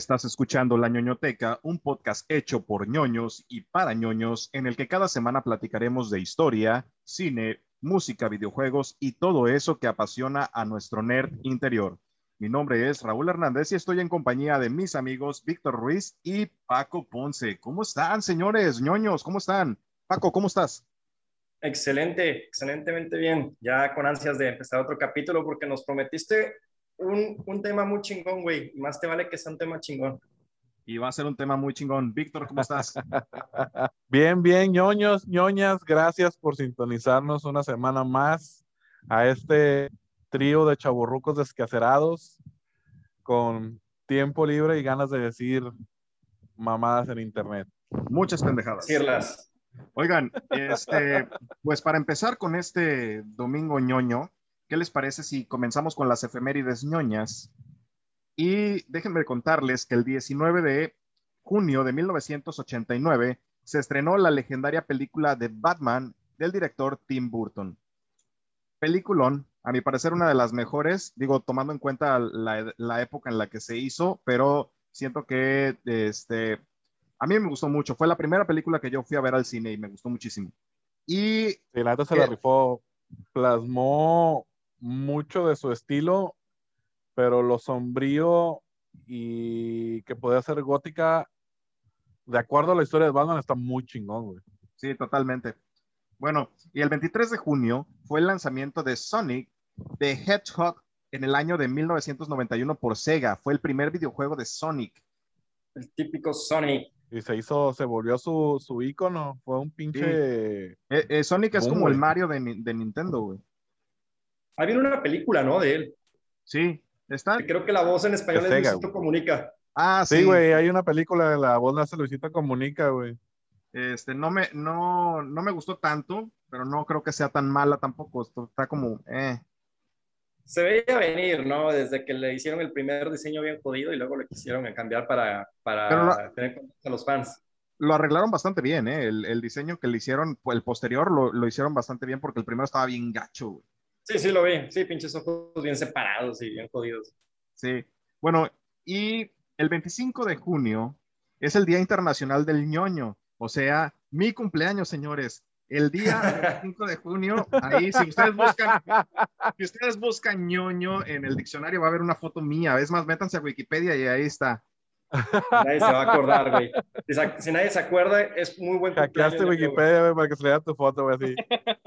Estás escuchando La Ñoñoteca, un podcast hecho por ñoños y para ñoños, en el que cada semana platicaremos de historia, cine, música, videojuegos y todo eso que apasiona a nuestro nerd interior. Mi nombre es Raúl Hernández y estoy en compañía de mis amigos Víctor Ruiz y Paco Ponce. ¿Cómo están, señores ñoños? ¿Cómo están? Paco, ¿cómo estás? Excelente, excelentemente bien. Ya con ansias de empezar otro capítulo porque nos prometiste un tema muy chingón, güey. Más te vale que sea un tema chingón. Y va a ser un tema muy chingón. Víctor, ¿cómo estás? Bien, bien, ñoños, ñoñas, gracias por sintonizarnos una semana más a este trío de chavorrucos desquacerados con tiempo libre y ganas de decir mamadas en internet. Muchas pendejadas. Decirlas. Oigan, pues para empezar con este domingo ñoño, ¿qué les parece si comenzamos con las efemérides ñoñas? Y déjenme contarles que el 19 de junio de 1989 se estrenó la legendaria película de Batman del director Tim Burton. Peliculón, a mi parecer una de las mejores, digo, tomando en cuenta la época en la que se hizo, pero siento que a mí me gustó mucho. Fue la primera película que yo fui a ver al cine y me gustó muchísimo. Y Sí, la neta se la rifó, plasmó mucho de su estilo, pero lo sombrío y que podía ser gótica, de acuerdo a la historia de Batman, está muy chingón, güey. sí, totalmente. Bueno, y el 23 de junio fue el lanzamiento de Sonic the Hedgehog en el año de 1991 por Sega. Fue el primer videojuego de Sonic. El típico Sonic. Y se volvió su ícono, fue un Sí. pinche... Sonic es boom, como güey. el Mario de Nintendo, güey. Ahí viene una película, ¿no? De él. Sí, ¿está? Creo que la voz en español De es Sega, Luisito güey. Comunica. Ah, Sí, sí. güey, hay una película de la voz la hace Luisito Comunica, güey. No me gustó tanto, pero no creo que sea tan mala tampoco. Esto está como, Se veía venir, ¿no? Desde que le hicieron el primer diseño bien jodido y luego le quisieron cambiar Pero para tener contacto a los fans. lo arreglaron bastante bien, ¿eh? El diseño que le hicieron, el posterior lo hicieron bastante bien porque el primero estaba bien gacho, güey. Sí, sí, lo vi. Sí, pinches ojos bien separados y bien jodidos. Sí. Bueno, y el 25 de junio es el Día Internacional del Ñoño, o sea, mi cumpleaños, señores. El día 25 de junio, ahí, si ustedes buscan ñoño en el diccionario, va a haber una foto mía. Es más, métanse a Wikipedia y ahí está. Nadie se va a acordar, güey. Si nadie se acuerda, es muy buen Hackeaste cumpleaños. Wikipedia, güey, para que se lea tu foto, güey, así.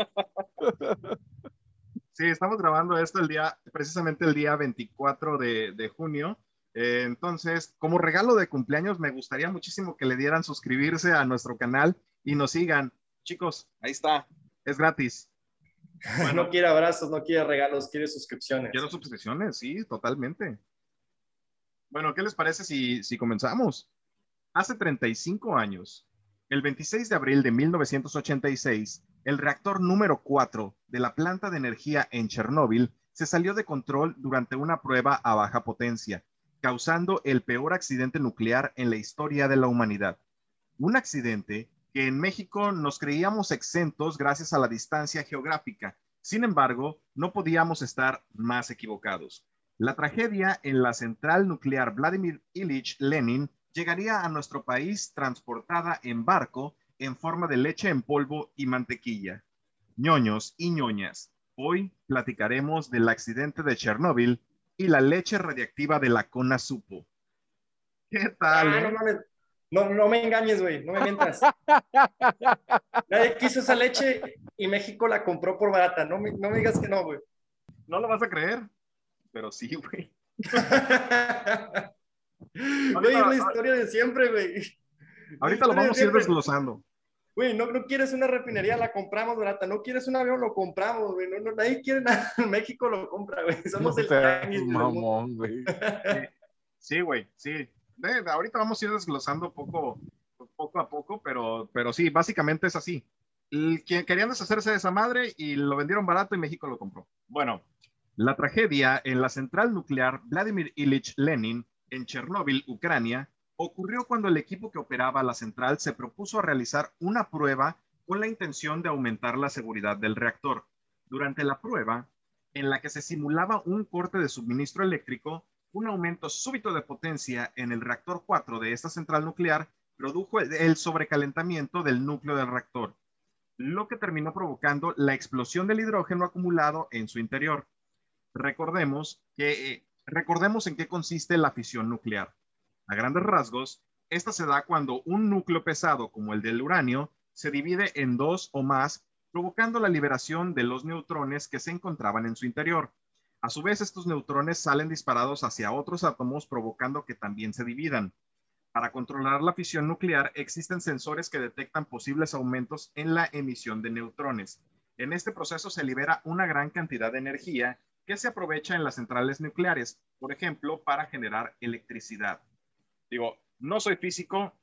Sí, estamos grabando esto precisamente el día 24 de junio. Entonces, como regalo de cumpleaños, me gustaría muchísimo que le dieran suscribirse a nuestro canal y nos sigan. Chicos, ahí está, es gratis. No quiere abrazos, no quiere regalos, quiere suscripciones. Quiero suscripciones, sí, totalmente. Bueno, ¿qué les parece si comenzamos? Hace 35 años, el 26 de abril de 1986, el reactor número 4 de la planta de energía en Chernóbil se salió de control durante una prueba a baja potencia, causando el peor accidente nuclear en la historia de la humanidad. Un accidente que en México nos creíamos exentos gracias a la distancia geográfica. Sin embargo, no podíamos estar más equivocados. La tragedia en la central nuclear Vladimir Ilich Lenin llegaría a nuestro país transportada en barco en forma de leche en polvo y mantequilla. Ñoños y ñoñas, hoy platicaremos del accidente de Chernóbil y la leche radiactiva de la Conasupo. ¿Qué tal, No mames. No me engañes, güey, no me mientas. Nadie quiso esa leche y México la compró por barata. No me digas que no, güey. No lo vas a creer, pero sí, güey. Güey, es la historia de siempre, güey. Ahorita lo vamos a ir desglosando. Güey, no quieres una refinería, la compramos barata. No quieres un avión, lo compramos, güey. Nadie quiere nada. México lo compra, güey. Somos el tianguis, mamón, güey. Sí, güey, sí. Ahorita vamos a ir desglosando poco a poco, pero sí, básicamente es así. Querían deshacerse de esa madre y lo vendieron barato y México lo compró. Bueno, la tragedia en la central nuclear Vladimir Ilich Lenin en Chernóbil, Ucrania, ocurrió cuando el equipo que operaba la central se propuso realizar una prueba con la intención de aumentar la seguridad del reactor. Durante la prueba, en la que se simulaba un corte de suministro eléctrico, Un aumento súbito de potencia en el reactor 4 de esta central nuclear produjo el sobrecalentamiento del núcleo del reactor, lo que terminó provocando la explosión del hidrógeno acumulado en su interior. Recordemos en qué consiste la fisión nuclear. A grandes rasgos, esta se da cuando un núcleo pesado como el del uranio se divide en dos o más, provocando la liberación de los neutrones que se encontraban en su interior. A su vez, estos neutrones salen disparados hacia otros átomos, provocando que también se dividan. Para controlar la fisión nuclear, existen sensores que detectan posibles aumentos en la emisión de neutrones. En este proceso se libera una gran cantidad de energía que se aprovecha en las centrales nucleares, por ejemplo, para generar electricidad. Digo, no soy físico,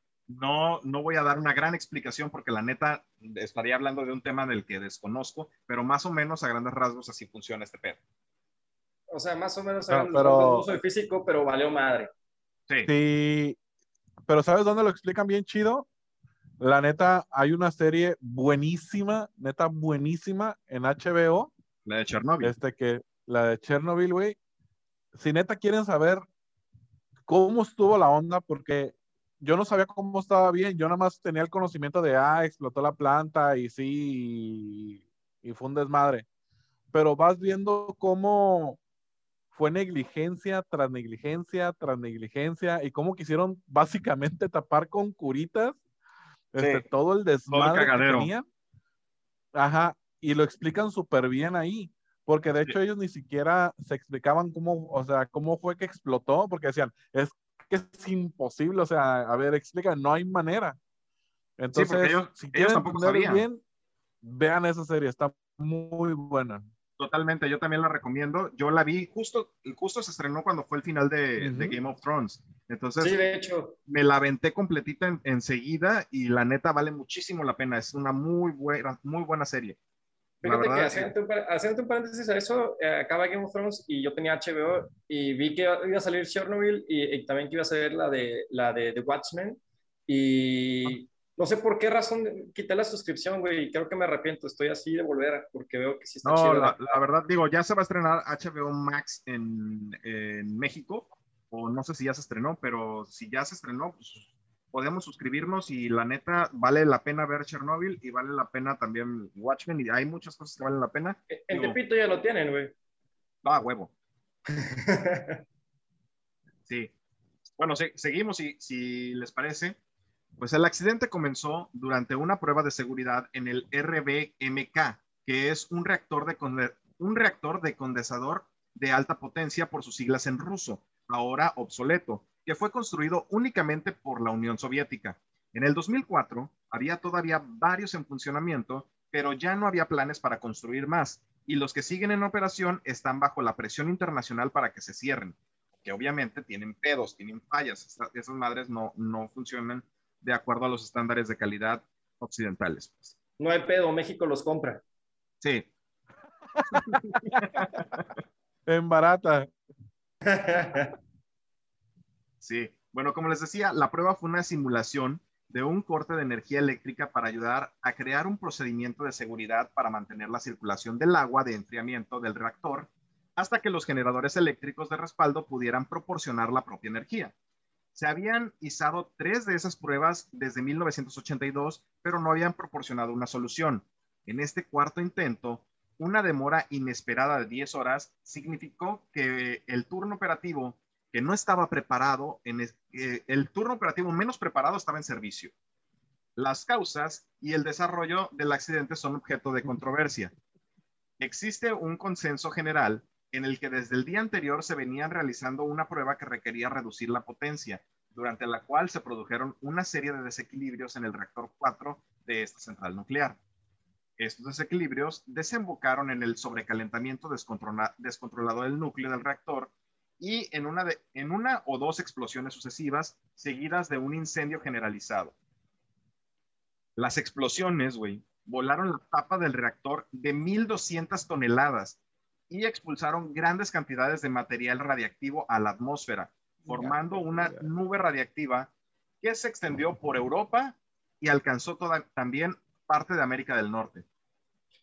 no voy a dar una gran explicación porque la neta estaría hablando de un tema del que desconozco, pero más o menos a grandes rasgos así funciona este pedo. O sea, más o menos a No, grandes rasgos, no soy físico, pero valió madre. Sí. Sí, pero ¿sabes dónde lo explican bien chido? La neta, hay una serie buenísima, neta buenísima en HBO, La de Chernobyl. La de Chernobyl, güey. Si neta quieren saber cómo estuvo la onda, porque yo no sabía cómo estaba bien, yo nada más tenía el conocimiento de, explotó la planta y sí, y fue un desmadre. Pero vas viendo cómo fue negligencia tras negligencia tras negligencia y cómo quisieron básicamente tapar con curitas Sí, todo el todo el desmadre que cagadero. tenían. Ajá, y lo explican súper bien ahí, porque de Sí. hecho ellos ni siquiera se explicaban cómo, o sea, cómo fue que explotó, porque decían, es que es imposible, o sea, a ver, explica, no hay manera. Sí, porque Entonces, si ellos quieren tampoco entender sabían. bien, vean esa serie, está muy buena. Totalmente, yo también la recomiendo. Yo la vi justo se estrenó cuando fue el final de Ujú. Game of Thrones. Sí, Entonces, de hecho. me la aventé completita enseguida y la neta vale muchísimo la pena. Es una muy buena serie. La Fíjate que verdad, haciendo un paréntesis a eso, acaba Game of Thrones y yo tenía HBO y vi que iba a salir Chernobyl y también que iba a salir la de The Watchmen y no sé por qué razón quité la suscripción, güey, y creo que me arrepiento, estoy así de volver porque veo que sí está no, chida la verdad, digo, ya se va a estrenar HBO Max en México, o no sé si ya se estrenó, pero si ya se estrenó, pues podemos suscribirnos y la neta vale la pena ver Chernobyl y vale la pena también Watchmen y hay muchas cosas que valen la pena. En Digo, Tepito ya lo tienen, güey. huevo. Sí. Bueno, seguimos si les parece. Pues el accidente comenzó durante una prueba de seguridad en el RBMK, que es un reactor de condensador de alta potencia por sus siglas en ruso, ahora obsoleto, que fue construido únicamente por la Unión Soviética. En el 2004 había todavía varios en funcionamiento, pero ya no había planes para construir más, y los que siguen en operación están bajo la presión internacional para que se cierren, que obviamente tienen pedos, tienen fallas, esas madres no funcionan de acuerdo a los estándares de calidad occidentales. Pues. No hay pedo, México los compra. Sí. En barata. Sí. Bueno, como les decía, la prueba fue una simulación de un corte de energía eléctrica para ayudar a crear un procedimiento de seguridad para mantener la circulación del agua de enfriamiento del reactor hasta que los generadores eléctricos de respaldo pudieran proporcionar la propia energía. Se habían izado 3 de esas pruebas desde 1982, pero no habían proporcionado una solución. En este cuarto intento, una demora inesperada de 10 horas significó que el turno operativo que no estaba preparado, el turno operativo menos preparado estaba en servicio. Las causas y el desarrollo del accidente son objeto de controversia. Existe un consenso general en el que desde el día anterior se venían realizando una prueba que requería reducir la potencia, durante la cual se produjeron una serie de desequilibrios en el reactor 4 de esta central nuclear. Estos desequilibrios desembocaron en el sobrecalentamiento descontrolado del núcleo del reactor y en una o dos explosiones sucesivas seguidas de un incendio generalizado. Las explosiones, güey, volaron la tapa del reactor de 1,200 toneladas y expulsaron grandes cantidades de material radiactivo a la atmósfera, formando una nube radiactiva que se extendió por Europa y alcanzó también parte de América del Norte.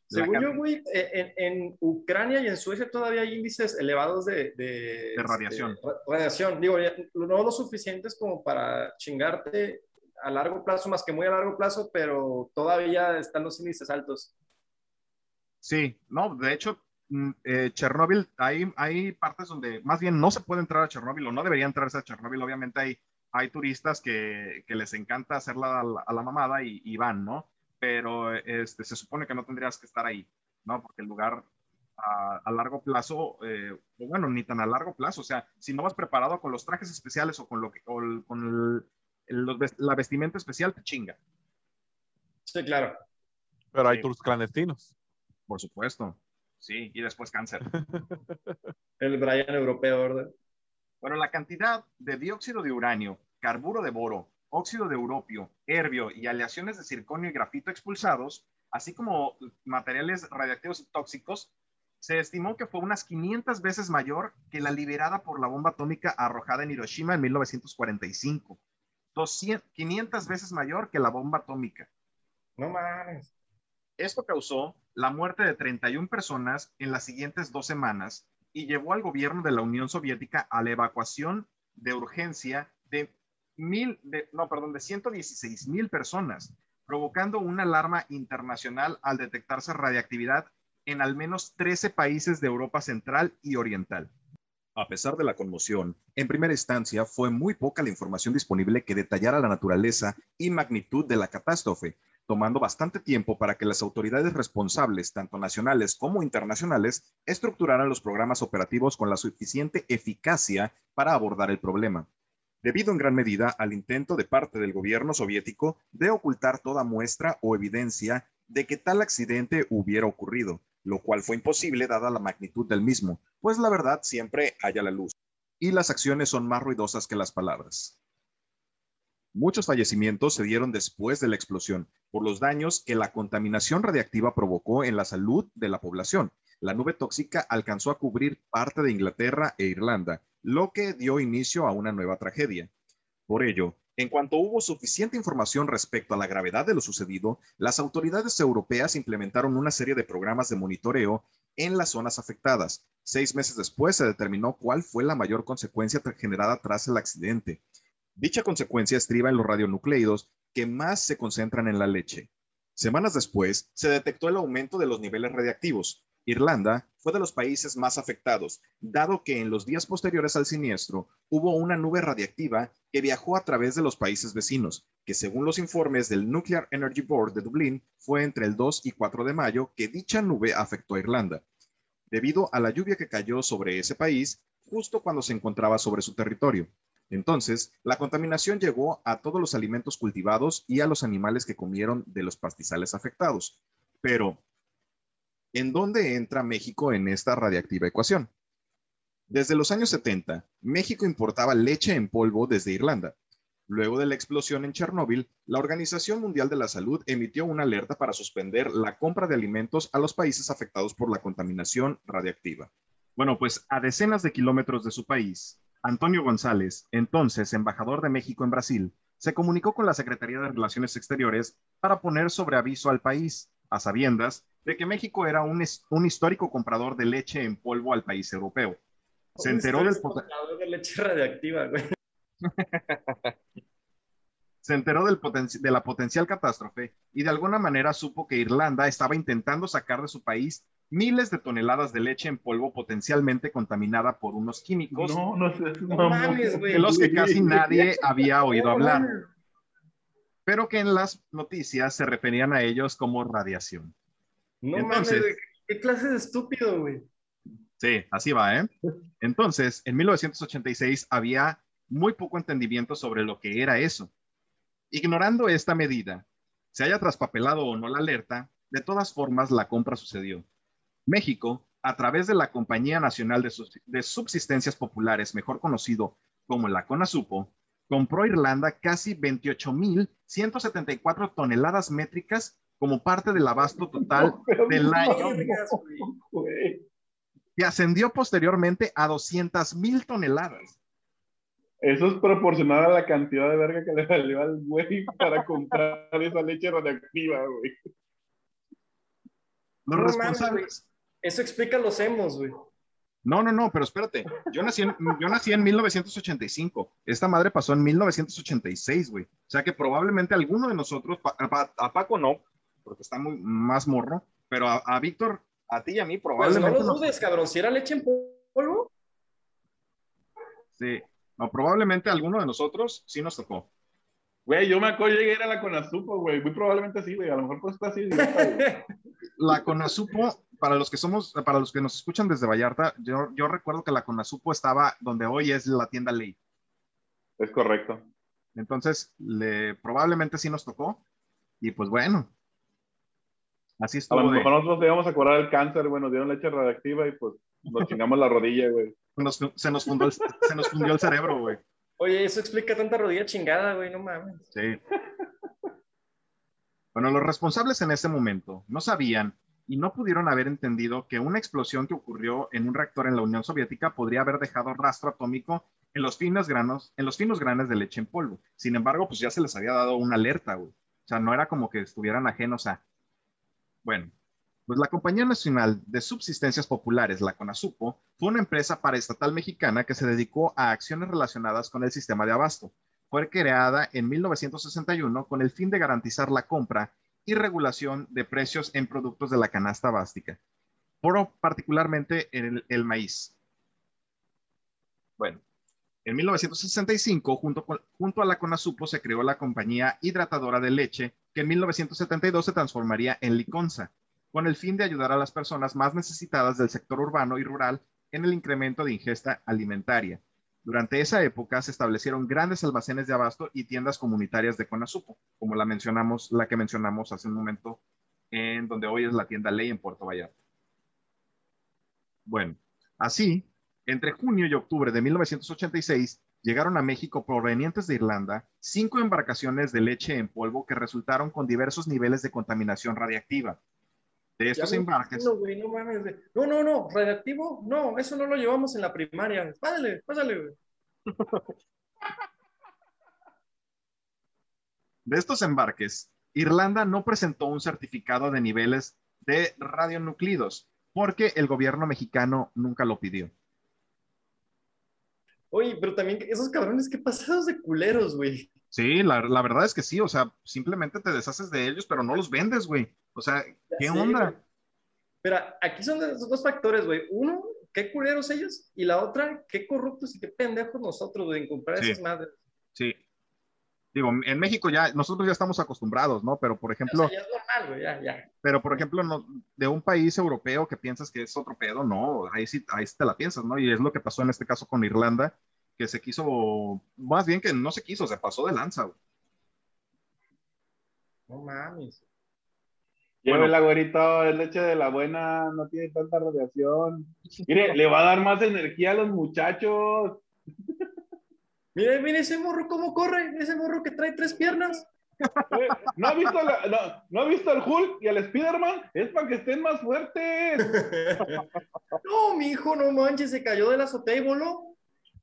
Según yo, güey, en Ucrania y en Suecia todavía hay índices elevados De radiación. radiación. Digo, no lo suficientes como para chingarte a largo plazo, más que muy a largo plazo, pero todavía están los índices altos. Sí, no, de hecho, Chernóbil, hay partes donde más bien no se puede entrar a Chernóbil o no debería entrarse a Chernóbil. Obviamente hay turistas que les encanta hacerla a la mamada y van, ¿no? Pero se supone que no tendrías que estar ahí, ¿no? Porque el lugar a largo plazo, bueno, ni tan a largo plazo, o sea, si no vas preparado con los trajes especiales o con, lo que, o con la vestimenta especial, te chinga. Sí, claro. Pero hay Sí, tours clandestinos. por supuesto. Sí, y después cáncer. El Brian europeo, ¿verdad? Bueno, la cantidad de dióxido de uranio, carburo de boro, óxido de europio, herbio y aleaciones de circonio y grafito expulsados, así como materiales radiactivos y tóxicos, se estimó que fue unas 500 veces mayor que la liberada por la bomba atómica arrojada en Hiroshima en 1945. 500 veces mayor que la bomba atómica. No mames. Esto causó la muerte de 31 personas en las siguientes 2 semanas y llevó al gobierno de la Unión Soviética a la evacuación de urgencia de 116,000 personas, provocando una alarma internacional al detectarse radiactividad en al menos 13 países de Europa Central y Oriental. A pesar de la conmoción, en primera instancia fue muy poca la información disponible que detallara la naturaleza y magnitud de la catástrofe, tomando bastante tiempo para que las autoridades responsables, tanto nacionales como internacionales, estructuraran los programas operativos con la suficiente eficacia para abordar el problema, debido en gran medida al intento de parte del gobierno soviético de ocultar toda muestra o evidencia de que tal accidente hubiera ocurrido, lo cual fue imposible dada la magnitud del mismo, pues la verdad siempre halla la luz, y las acciones son más ruidosas que las palabras. Muchos fallecimientos se dieron después de la explosión por los daños que la contaminación radiactiva provocó en la salud de la población. La nube tóxica alcanzó a cubrir parte de Inglaterra e Irlanda, lo que dio inicio a una nueva tragedia. Por ello, en cuanto hubo suficiente información respecto a la gravedad de lo sucedido, las autoridades europeas implementaron una serie de programas de monitoreo en las zonas afectadas. 6 meses después se determinó cuál fue la mayor consecuencia generada tras el accidente. Dicha consecuencia estriba en los radionucleidos que más se concentran en la leche. Semanas después, se detectó el aumento de los niveles radiactivos. Irlanda fue de los países más afectados, dado que en los días posteriores al siniestro hubo una nube radiactiva que viajó a través de los países vecinos, que según los informes del Nuclear Energy Board de Dublín, fue entre el 2 y 4 de mayo que dicha nube afectó a Irlanda, debido a la lluvia que cayó sobre ese país justo cuando se encontraba sobre su territorio. Entonces, la contaminación llegó a todos los alimentos cultivados y a los animales que comieron de los pastizales afectados. Pero, ¿en dónde entra México en esta radiactiva ecuación? Desde los años 70, México importaba leche en polvo desde Irlanda. Luego de la explosión en Chernóbil, la Organización Mundial de la Salud emitió una alerta para suspender la compra de alimentos a los países afectados por la contaminación radiactiva. Bueno, pues a decenas de kilómetros de su país, Antonio González, entonces embajador de México en Brasil, se comunicó con la Secretaría de Relaciones Exteriores para poner sobre aviso al país, a sabiendas de que México era un histórico comprador de leche en polvo al país europeo. Se Un enteró del comprador de leche radiactiva, güey. se enteró de la potencial catástrofe y de alguna manera supo que Irlanda estaba intentando sacar de su país miles de toneladas de leche en polvo potencialmente contaminada por unos químicos No, no sé, No mames, de güey. los que casi nadie había oído No hablar, mames. pero que en las noticias se referían a ellos como radiación. No mames, güey. Entonces, ¿Qué clase de estúpido, güey? sí, así va, ¿eh? Entonces, en 1986 había muy poco entendimiento sobre lo que era eso. Ignorando esta medida, se haya traspapelado o no la alerta, de todas formas la compra sucedió. México, a través de la Compañía Nacional de Subsistencias Populares, mejor conocido como la CONASUPO, compró a Irlanda casi 28,174 toneladas métricas como parte del abasto total del año, güey. que ascendió posteriormente a 200,000 toneladas. Eso es proporcional a la cantidad de verga que le valió al güey para comprar esa leche radiactiva, güey. Los No mames, responsables. Eso explica los emos, güey. No, pero espérate. Yo nací en 1985. Esta madre pasó en 1986, güey. O sea que probablemente alguno de nosotros, a Paco no, porque está muy más morro, pero a Víctor, a ti y a mí Pues no probablemente lo dudes, cabrón. Si era leche en polvo. sí, no, probablemente alguno de nosotros sí nos tocó. Güey, yo me acuerdo llegué a ir a la Conasupo, güey. Muy probablemente sí, güey. A lo mejor pues está así, idiota, güey. La Conasupo, para los que nos escuchan desde Vallarta, yo recuerdo que la Conasupo estaba donde hoy es la tienda Ley. Es correcto. Entonces, probablemente sí nos tocó. Y pues bueno, así A lo estuvo mejor nosotros íbamos a curar el cáncer, güey. Nos dieron leche radiactiva y pues nos chingamos la rodilla, güey. se nos fundió el cerebro, güey. Oye, eso explica tanta rodilla chingada, güey. No mames. Sí. Bueno, los responsables en ese momento no sabían y no pudieron haber entendido que una explosión que ocurrió en un reactor en la Unión Soviética podría haber dejado rastro atómico en los finos granos de leche en polvo. Sin embargo, pues ya se les había dado una alerta, güey. O sea, no era como que estuvieran ajenos a... Bueno, pues la Compañía Nacional de Subsistencias Populares, la CONASUPO, fue una empresa paraestatal mexicana que se dedicó a acciones relacionadas con el sistema de abasto. Fue creada en 1961 con el fin de garantizar la compra y regulación de precios en productos de la canasta básica, particularmente en el maíz. Bueno, en 1965, junto a la CONASUPO, se creó la Compañía Hidratadora de Leche, que en 1972 se transformaría en Liconza, con el fin de ayudar a las personas más necesitadas del sector urbano y rural en el incremento de ingesta alimentaria. Durante esa época se establecieron grandes almacenes de abasto y tiendas comunitarias de CONASUPO, como la que mencionamos hace un momento, en donde hoy es la tienda Ley en Puerto Vallarta. Bueno, así, entre junio y octubre de 1986, llegaron a México provenientes de Irlanda 5 embarcaciones de leche en polvo que resultaron con diversos niveles de contaminación radiactiva. De estos embarques. No, güey, no mames. No, radiactivo, no, eso no lo llevamos en la primaria. Pásale, güey. De estos embarques, Irlanda no presentó un certificado de niveles de radionuclidos porque el gobierno mexicano nunca lo pidió. Oye, pero también esos cabrones, qué pasados de culeros, güey. Sí, la verdad es que sí, o sea, simplemente te deshaces de ellos, pero no los vendes, güey. O sea, ¿qué onda? Güey. Pero aquí son los dos factores, güey. Uno, qué culeros ellos, y la otra, qué corruptos y qué pendejos nosotros, güey, en comprar Sí, esas madres. sí. Digo, en México nosotros ya estamos acostumbrados, ¿no? Pero por O sea, ejemplo, ya es normal, güey, ya. pero por ejemplo, no, de un país europeo que piensas que es otro pedo, no, ahí sí te la piensas, ¿no? Y es lo que pasó en este caso con Irlanda, que se quiso, más bien que no se quiso, se pasó de lanza, güey. No mames. Llévela, güerito, es leche de la buena, no tiene tanta radiación. Mire, le va a dar más energía a los muchachos. Mira ese morro cómo corre, ese morro que trae 3 piernas. ¿No ha visto el Hulk y el Spider-Man? Es para que estén más fuertes. No, mi hijo, no manches, se cayó de la azotea y voló.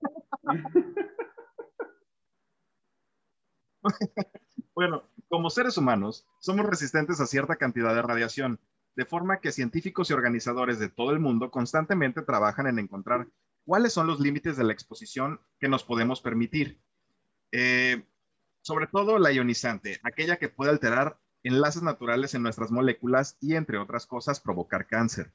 Bueno, como seres humanos, somos resistentes a cierta cantidad de radiación, de forma que científicos y organizadores de todo el mundo constantemente trabajan en encontrar cuáles son los límites de la exposición que nos podemos permitir. Sobre todo la ionizante, aquella que puede alterar enlaces naturales en nuestras moléculas y, entre otras cosas, provocar cáncer.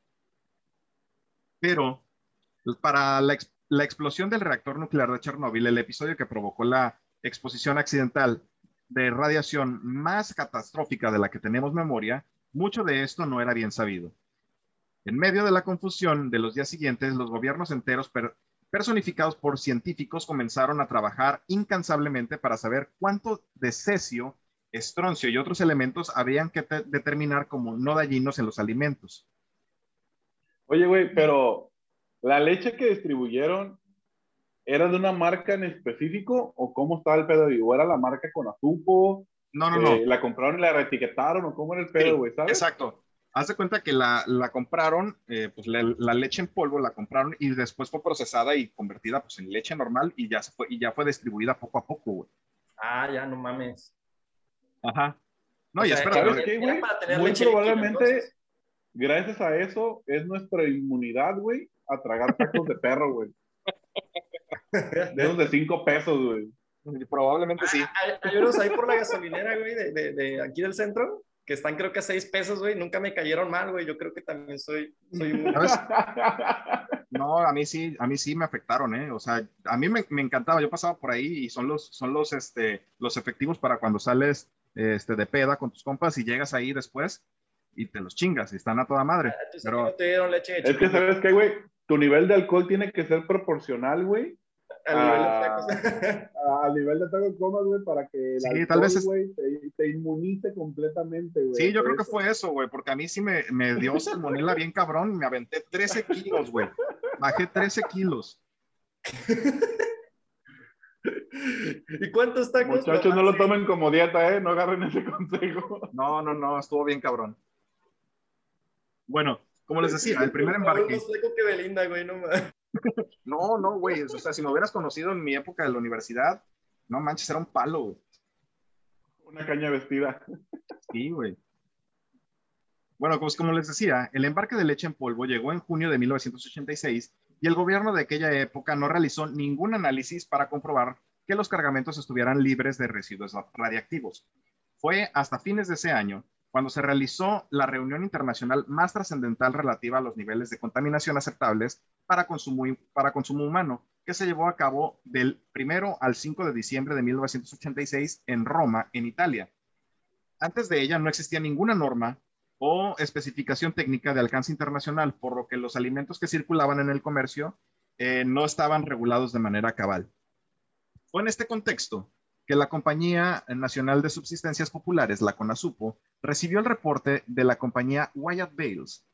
Pero para la explosión del reactor nuclear de Chernóbil, el episodio que provocó la exposición accidental de radiación más catastrófica de la que tenemos memoria, mucho de esto no era bien sabido. En medio de la confusión de los días siguientes, los gobiernos enteros personificados por científicos comenzaron a trabajar incansablemente para saber cuánto de cesio, estroncio y otros elementos habían que determinar como no dañinos en los alimentos. Oye, güey, pero ¿la leche que distribuyeron era de una marca en específico o cómo estaba el pedo? ¿O era la marca Conazupo? No. ¿La compraron y la reetiquetaron o cómo era el pedo, güey? Sí, ¿sabes? exacto. Haz de cuenta que la compraron, pues la leche en polvo la compraron y después fue procesada y convertida pues en leche normal y ya fue distribuida poco a poco, güey. Ah, ya, no mames. Ajá. No, O y sea, espérate, ¿sabes qué, güey? para tener Muy leche probablemente, líquida, entonces. Gracias a eso es nuestra inmunidad, güey, a tragar tacos de perro, güey. De esos de 5 pesos, güey. Probablemente sí. Hay unos ahí por la gasolinera, güey, de aquí del centro, que están creo que a 6 pesos, güey. Nunca me cayeron mal, güey. Yo creo que también soy un... ¿Sabes? No, a mí sí me afectaron, ¿eh? O sea, a mí me encantaba, yo pasaba por ahí y son los efectivos para cuando sales de peda con tus compas y llegas ahí después y te los chingas y están a toda madre. Entonces, Pero no te dieron leche de Es que, chico, ¿sabes qué, güey? Tu nivel de alcohol tiene que ser proporcional, güey, al nivel de tacos. al nivel de tacos comas, güey, para que el sí, alcohol, tal vez güey, te inmunice completamente, güey. sí, yo creo que fue eso, güey, porque a mí sí me dio salmonela bien cabrón, me aventé 13 kilos, güey. Bajé 13 kilos. ¿Y cuántos tacos? Muchachos, no lo tomen como dieta, ¿eh? No agarren ese consejo. No, estuvo bien cabrón. Bueno, como les decía, el primer Raúl embarque. más flaco que Belinda, güey, no mames. No, güey, o sea, si me hubieras conocido en mi época de la universidad, no manches, era un palo, güey. Una caña vestida. Sí, güey. Bueno, pues como les decía, el embarque de leche en polvo llegó en junio de 1986 y el gobierno de aquella época no realizó ningún análisis para comprobar que los cargamentos estuvieran libres de residuos radiactivos. Fue hasta fines de ese año cuando se realizó la reunión internacional más trascendental relativa a los niveles de contaminación aceptables para consumo humano, que se llevó a cabo del 1 al 5 de diciembre de 1986 en Roma, en Italia. Antes de ella no existía ninguna norma o especificación técnica de alcance internacional, por lo que los alimentos que circulaban en el comercio no estaban regulados de manera cabal. Fue en este contexto que la Compañía Nacional de Subsistencias Populares, la CONASUPO, recibió el reporte de la compañía Wyatt Bales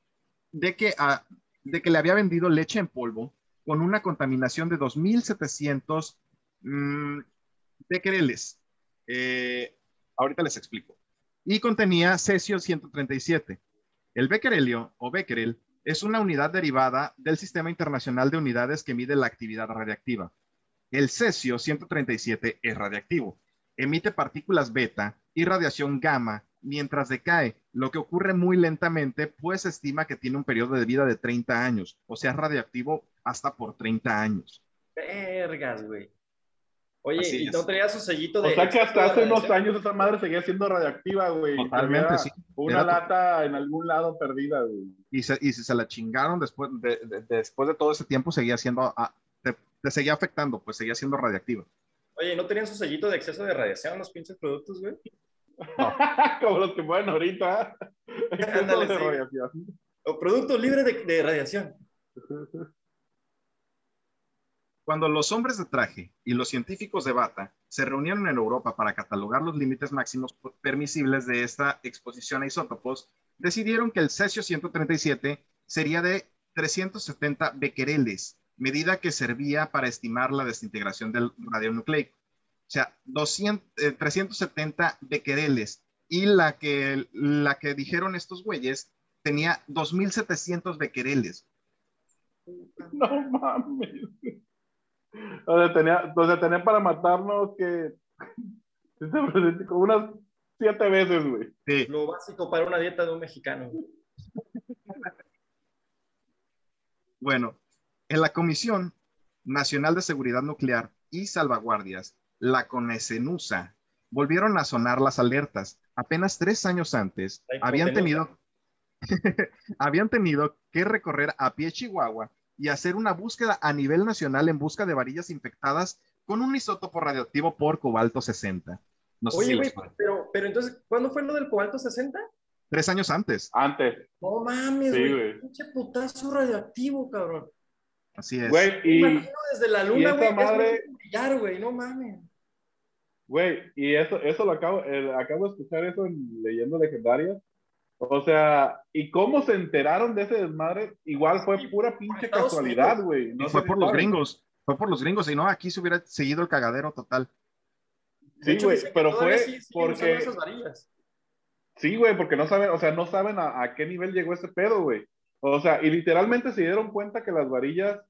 de que le había vendido leche en polvo con una contaminación de 2.700 becquereles. Ahorita les explico. Y contenía cesio 137. El becquerelio o becquerel es una unidad derivada del Sistema Internacional de Unidades que mide la actividad radiactiva. El cesio 137 es radiactivo. Emite partículas beta y radiación gamma mientras decae, lo que ocurre muy lentamente, pues se estima que tiene un periodo de vida de 30 años, o sea, es radiactivo hasta por 30 años. Vergas, güey. Oye, Así ¿y no es. traía su sellito O de sea que exceso hasta de hace unos radiación? años esa madre seguía siendo radiactiva, güey. Y Totalmente, tuviera sí. una lata en algún lado perdida, güey. Y si se la chingaron después de todo ese tiempo, seguía siendo, te seguía afectando, pues seguía siendo radiactivo. Oye, ¿no tenían su sellito de exceso de radiación los pinches productos, güey? No. Como los que pueden ahorita. Exceso Ándale, de sí. radiación. O producto libre de radiación. Cuando los hombres de traje y los científicos de bata se reunieron en Europa para catalogar los límites máximos permisibles de esta exposición a isótopos, decidieron que el cesio 137 sería de 370 becquereles, medida que servía para estimar la desintegración del radionucleico. O sea, 370 becquereles. Y la que dijeron estos güeyes tenía 2.700 becquereles. No mames. O sea, tenía para matarnos que como unas 7 veces, güey. Sí. Lo básico para una dieta de un mexicano. Bueno, en la Comisión Nacional de Seguridad Nuclear y Salvaguardias, la CONESENUSA, volvieron a sonar las alertas. Apenas 3 años antes, habían tenido que recorrer a pie Chihuahua y hacer una búsqueda a nivel nacional en busca de varillas infectadas con un isótopo radioactivo por cobalto 60. No sé Oye, si güey, les suena. pero entonces, ¿cuándo fue lo del cobalto 60? 3 años antes. Antes. No mames, Sí, güey. güey. Pinche putazo radioactivo, cabrón. Así es. Güey, Me imagino desde la luna, güey, esa madre, es brillar, güey, no mames. güey, y eso lo acabo de escuchar eso en Leyendas Legendarias. O sea, ¿y cómo se enteraron de ese desmadre? Igual fue pura pinche Estados casualidad, Unidos. güey. Y No fue sé por si los saben. gringos. Fue por los gringos. Y no, aquí se hubiera seguido el cagadero total. De Sí, hecho, güey, dice que pero todavía fue siguen usando esas porque... varillas. Sí, güey, porque no saben, o sea, no saben a qué nivel llegó ese pedo, güey. O sea, y literalmente se dieron cuenta que las varillas,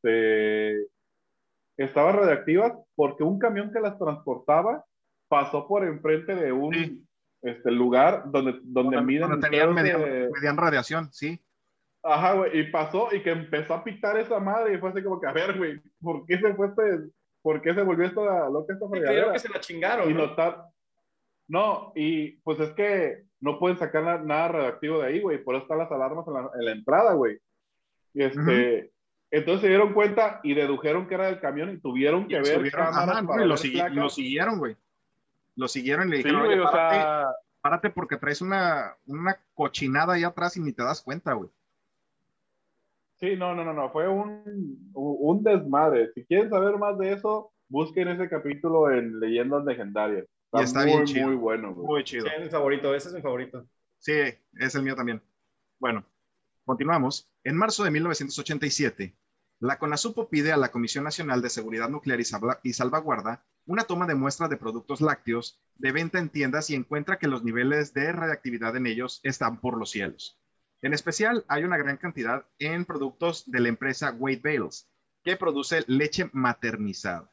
estaban radiactivas porque un camión que las transportaba pasó por enfrente de Sí. lugar donde miden Donde tenían, pedos medían radiación, sí. Ajá, güey, y pasó y que empezó a pitar esa madre y fue así como que, a ver, güey, ¿por qué se fue por qué se volvió esta loca esta Sí, creyeron fregadera? que se la chingaron, Y ¿no? notar, no, y pues es que no pueden sacar nada radioactivo de ahí, güey, por eso están las alarmas en la entrada, güey. Y entonces se dieron cuenta y dedujeron que era del camión y tuvieron que Y ver subieron, cámaras ajá, ¿no? para Y ver lo placas. siguieron, güey. Lo siguieron y le Sí, dijeron, oye, güey, o párate, sea, párate porque traes una cochinada ahí atrás y ni te das cuenta, güey. sí, no, fue un desmadre. Si quieren saber más de eso, busquen ese capítulo en Leyendas Legendarias. Y Está está bien muy, muy chido, bueno, güey. muy Sí, chido. es mi favorito, ese es mi favorito. Sí, es el mío también. Bueno, continuamos. En marzo de 1987, la CONASUPO pide a la Comisión Nacional de Seguridad Nuclear y Salvaguarda una toma de muestra de productos lácteos de venta en tiendas y encuentra que los niveles de radiactividad en ellos están por los cielos. En especial, hay una gran cantidad en productos de la empresa Wade Bales, que produce leche maternizada.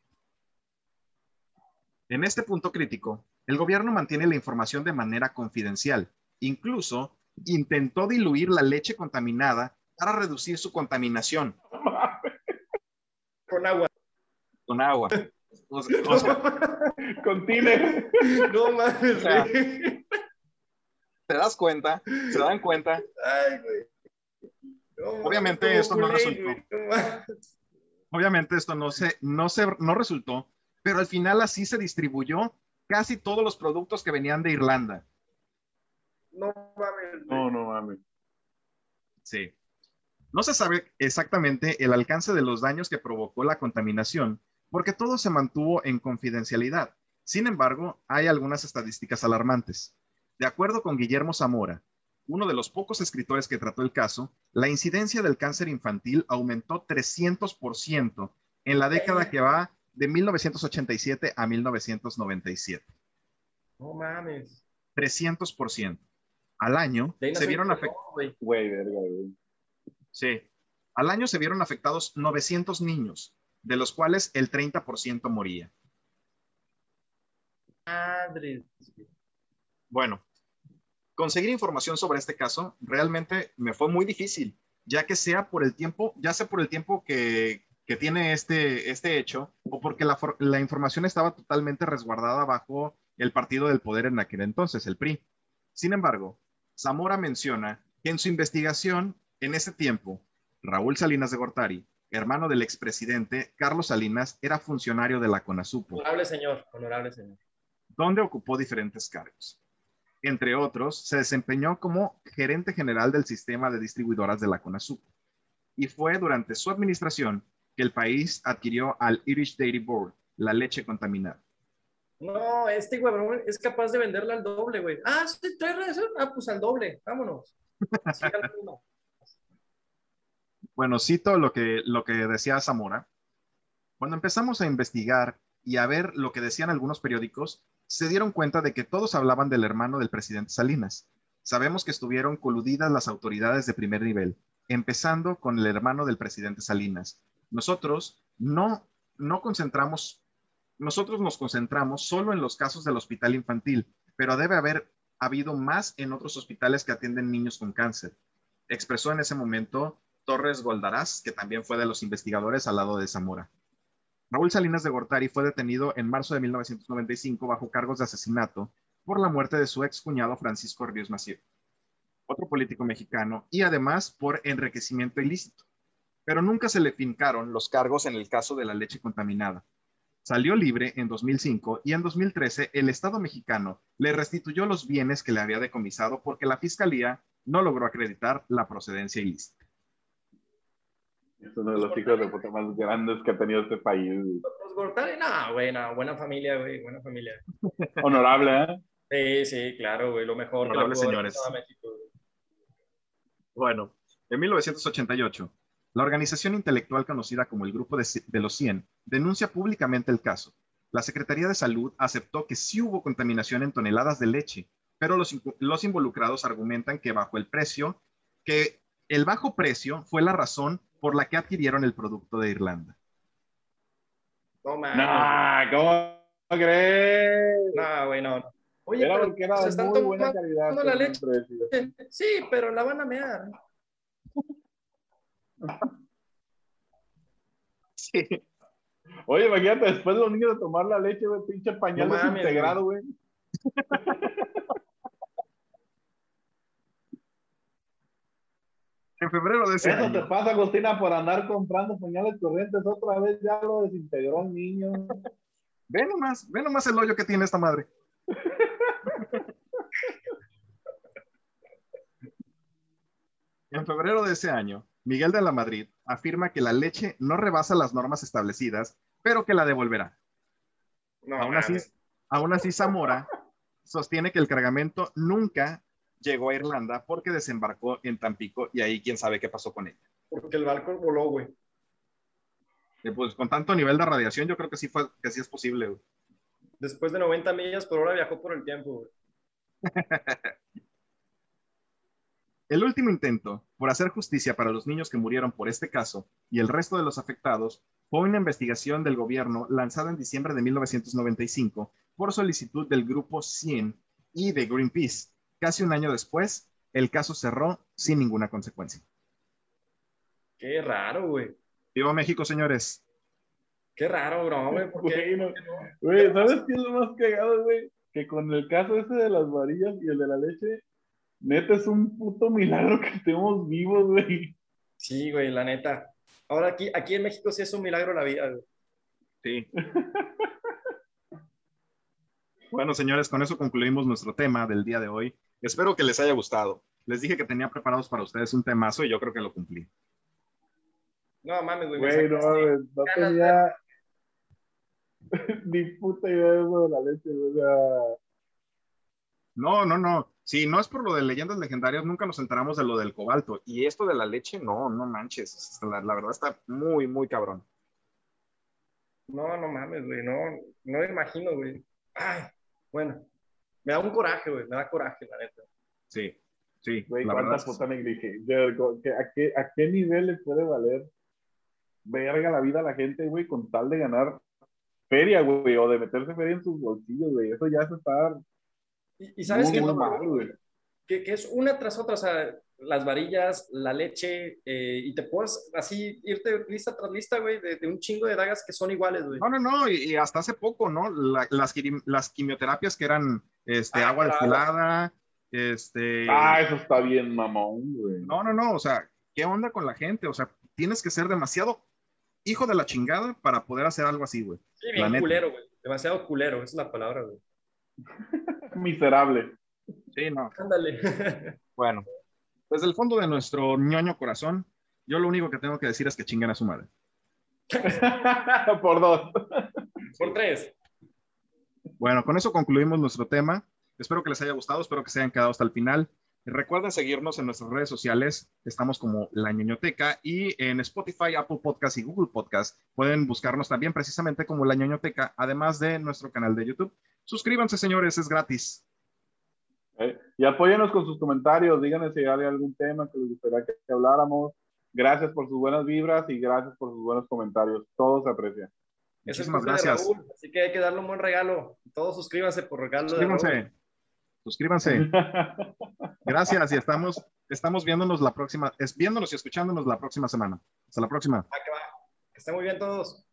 En este punto crítico, el gobierno mantiene la información de manera confidencial. Incluso intentó diluir la leche contaminada para reducir su contaminación. Con agua. Con agua. O sea, Con Tiner. No mames, o sea, güey. ¿te das cuenta? ¿Se dan cuenta? Ay, güey. No mames, Obviamente como esto no Kool-Aid, resultó. güey. No mames. Obviamente esto no resultó, pero al final así se distribuyó casi todos los productos que venían de Irlanda. No mames, güey. No mames. Sí. No se sabe exactamente el alcance de los daños que provocó la contaminación, porque todo se mantuvo en confidencialidad. Sin embargo, hay algunas estadísticas alarmantes. De acuerdo con Guillermo Zamora, uno de los pocos escritores que trató el caso, la incidencia del cáncer infantil aumentó 300% en la década que va de 1987 a 1997. No mames. 300%. Al año De ahí se nació mi vieron pelón, afectados. güey. Güey, verga, güey. Sí. Al año se vieron afectados 900 niños, de los cuales el 30% moría. Madre. Bueno, conseguir información sobre este caso realmente me fue muy difícil, ya sea por el tiempo que tiene este hecho, o porque la información estaba totalmente resguardada bajo el partido del poder en aquel entonces, el PRI. Sin embargo, Zamora menciona que en su investigación, en ese tiempo, Raúl Salinas de Gortari, hermano del expresidente Carlos Salinas, era funcionario de la CONASUPO, Honorable señor, honorable señor. donde ocupó diferentes cargos. Entre otros, se desempeñó como gerente general del sistema de distribuidoras de la CONASUPO. Y fue durante su administración que el país adquirió al Irish Dairy Board, la leche contaminada. No, este güey es capaz de venderla al doble, güey. Ah, sí, trae razón. Ah, pues al doble, vámonos. Sí, no. Bueno, cito lo que decía Zamora. Cuando empezamos a investigar y a ver lo que decían algunos periódicos, se dieron cuenta de que todos hablaban del hermano del presidente Salinas. Sabemos que estuvieron coludidas las autoridades de primer nivel, empezando con el hermano del presidente Salinas. Nosotros nos concentramos solo en los casos del hospital infantil, pero debe haber habido más en otros hospitales que atienden niños con cáncer. Expresó en ese momento Torres Goldarás, que también fue de los investigadores al lado de Zamora. Raúl Salinas de Gortari fue detenido en marzo de 1995 bajo cargos de asesinato por la muerte de su excuñado Francisco Ríos Massieu, otro político mexicano, y además por enriquecimiento ilícito. Pero nunca se le fincaron los cargos en el caso de la leche contaminada. Salió libre en 2005 y en 2013 el Estado mexicano le restituyó los bienes que le había decomisado porque la fiscalía no logró acreditar la procedencia ilícita. Es uno de los hijos de puta más grandes que ha tenido este país. Los Gortari, no, güey, no, buena familia, güey, buena familia. Honorable, ¿eh? Sí, sí, claro, güey, lo mejor que le Honorables pudo haber señores. pasado a México, güey. Bueno, en 1988, la organización intelectual conocida como el Grupo de los 100 denuncia públicamente el caso. La Secretaría de Salud aceptó que sí hubo contaminación en toneladas de leche, pero los involucrados argumentan que el bajo precio fue la razón por la que adquirieron el producto de Irlanda. No mames. Nah, ¿cómo crees? No, güey, no. Oye, Era pero porque era se de están muy buena tomando calidad. la con leche. un precio. Sí, pero la van a mear. Sí. Oye, imagínate, después los niños de tomar la leche, güey, pinche No pañal mames, desintegrado, güey. En febrero de ese Eso te año, pasa, Agustina, por andar comprando pañales corrientes. Otra vez ya lo desintegró el niño. ve nomás el hoyo que tiene esta madre. En febrero de ese año, Miguel de la Madrid afirma que la leche no rebasa las normas establecidas, pero que la devolverá. No Aún así, mames. aún así Zamora sostiene que el cargamento nunca llegó a Irlanda porque desembarcó en Tampico y ahí quién sabe qué pasó con ella. Porque el barco voló, güey. Pues con tanto nivel de radiación, yo creo que que sí es posible, güey. Después de 90 millas por hora viajó por el tiempo, güey. El último intento por hacer justicia para los niños que murieron por este caso y el resto de los afectados fue una investigación del gobierno lanzada en diciembre de 1995 por solicitud del Grupo 100 y de Greenpeace. Casi un año después, el caso cerró sin ninguna consecuencia. Qué raro, güey. ¡Viva México, señores! Qué raro, bro, güey. ¿Por qué? Güey, no. Güey, ¿sabes qué es lo más cagado, güey? Que con el caso ese de las varillas y el de la leche, neta es un puto milagro que estemos vivos, güey. Sí, güey, la neta. Ahora aquí en México sí es un milagro la vida, güey. Sí. Bueno, señores, con eso concluimos nuestro tema del día de hoy. Espero que les haya gustado. Les dije que tenía preparados para ustedes un temazo y yo creo que lo cumplí. No mames, güey. Güey, no, güey, no tenía ni puta idea de eso de la leche, güey. O sea, No. Si no es por lo de leyendas legendarias, nunca nos enteramos de lo del cobalto. Y esto de la leche, no manches. La verdad está muy, muy cabrón. No mames, güey. No me imagino, güey. Ay, bueno. Me da un coraje, güey. Me da coraje, la neta. Sí, sí, güey, la verdad. cuánta puta negligencia. ¿A qué nivel le puede valer verga la vida a la gente, güey, con tal de ganar feria, güey, o de meterse feria en sus bolsillos, güey? Eso ya se está Y ¿sabes qué? muy mal, güey. Que es una tras otra, o sea, las varillas, la leche, y te puedes así irte lista tras lista, güey, de un chingo de dagas que son iguales, güey. No, y hasta hace poco, ¿no? Las quimioterapias que eran agua Claro. destilada, Eso está bien, mamón, güey. No, o sea, ¿qué onda con la gente? O sea, tienes que ser demasiado hijo de la chingada para poder hacer algo así, güey. Sí, La bien neta. culero, güey. Demasiado culero, esa es la palabra, güey. Miserable. Sí, no. Ándale. Bueno, desde el fondo de nuestro ñoño corazón, yo lo único que tengo que decir es que chinguen a su madre. Por 2. Por 3. Bueno, con eso concluimos nuestro tema. Espero que les haya gustado, espero que se hayan quedado hasta el final. Recuerden seguirnos en nuestras redes sociales. Estamos como La Ñoñoteca y en Spotify, Apple Podcast y Google Podcast. Pueden buscarnos también precisamente como La Ñoñoteca, además de nuestro canal de YouTube. Suscríbanse, señores, es gratis. Y apóyenos con sus comentarios. Díganos si hay algún tema que les gustaría que habláramos. Gracias por sus buenas vibras y gracias por sus buenos comentarios. Todo se aprecia. Muchísimas gracias. Raúl, así que hay que darle un buen regalo. Todos suscríbanse por regalo de Raúl. Suscríbanse. Gracias y estamos viéndonos y escuchándonos la próxima semana. Hasta la próxima. Que esté muy bien todos.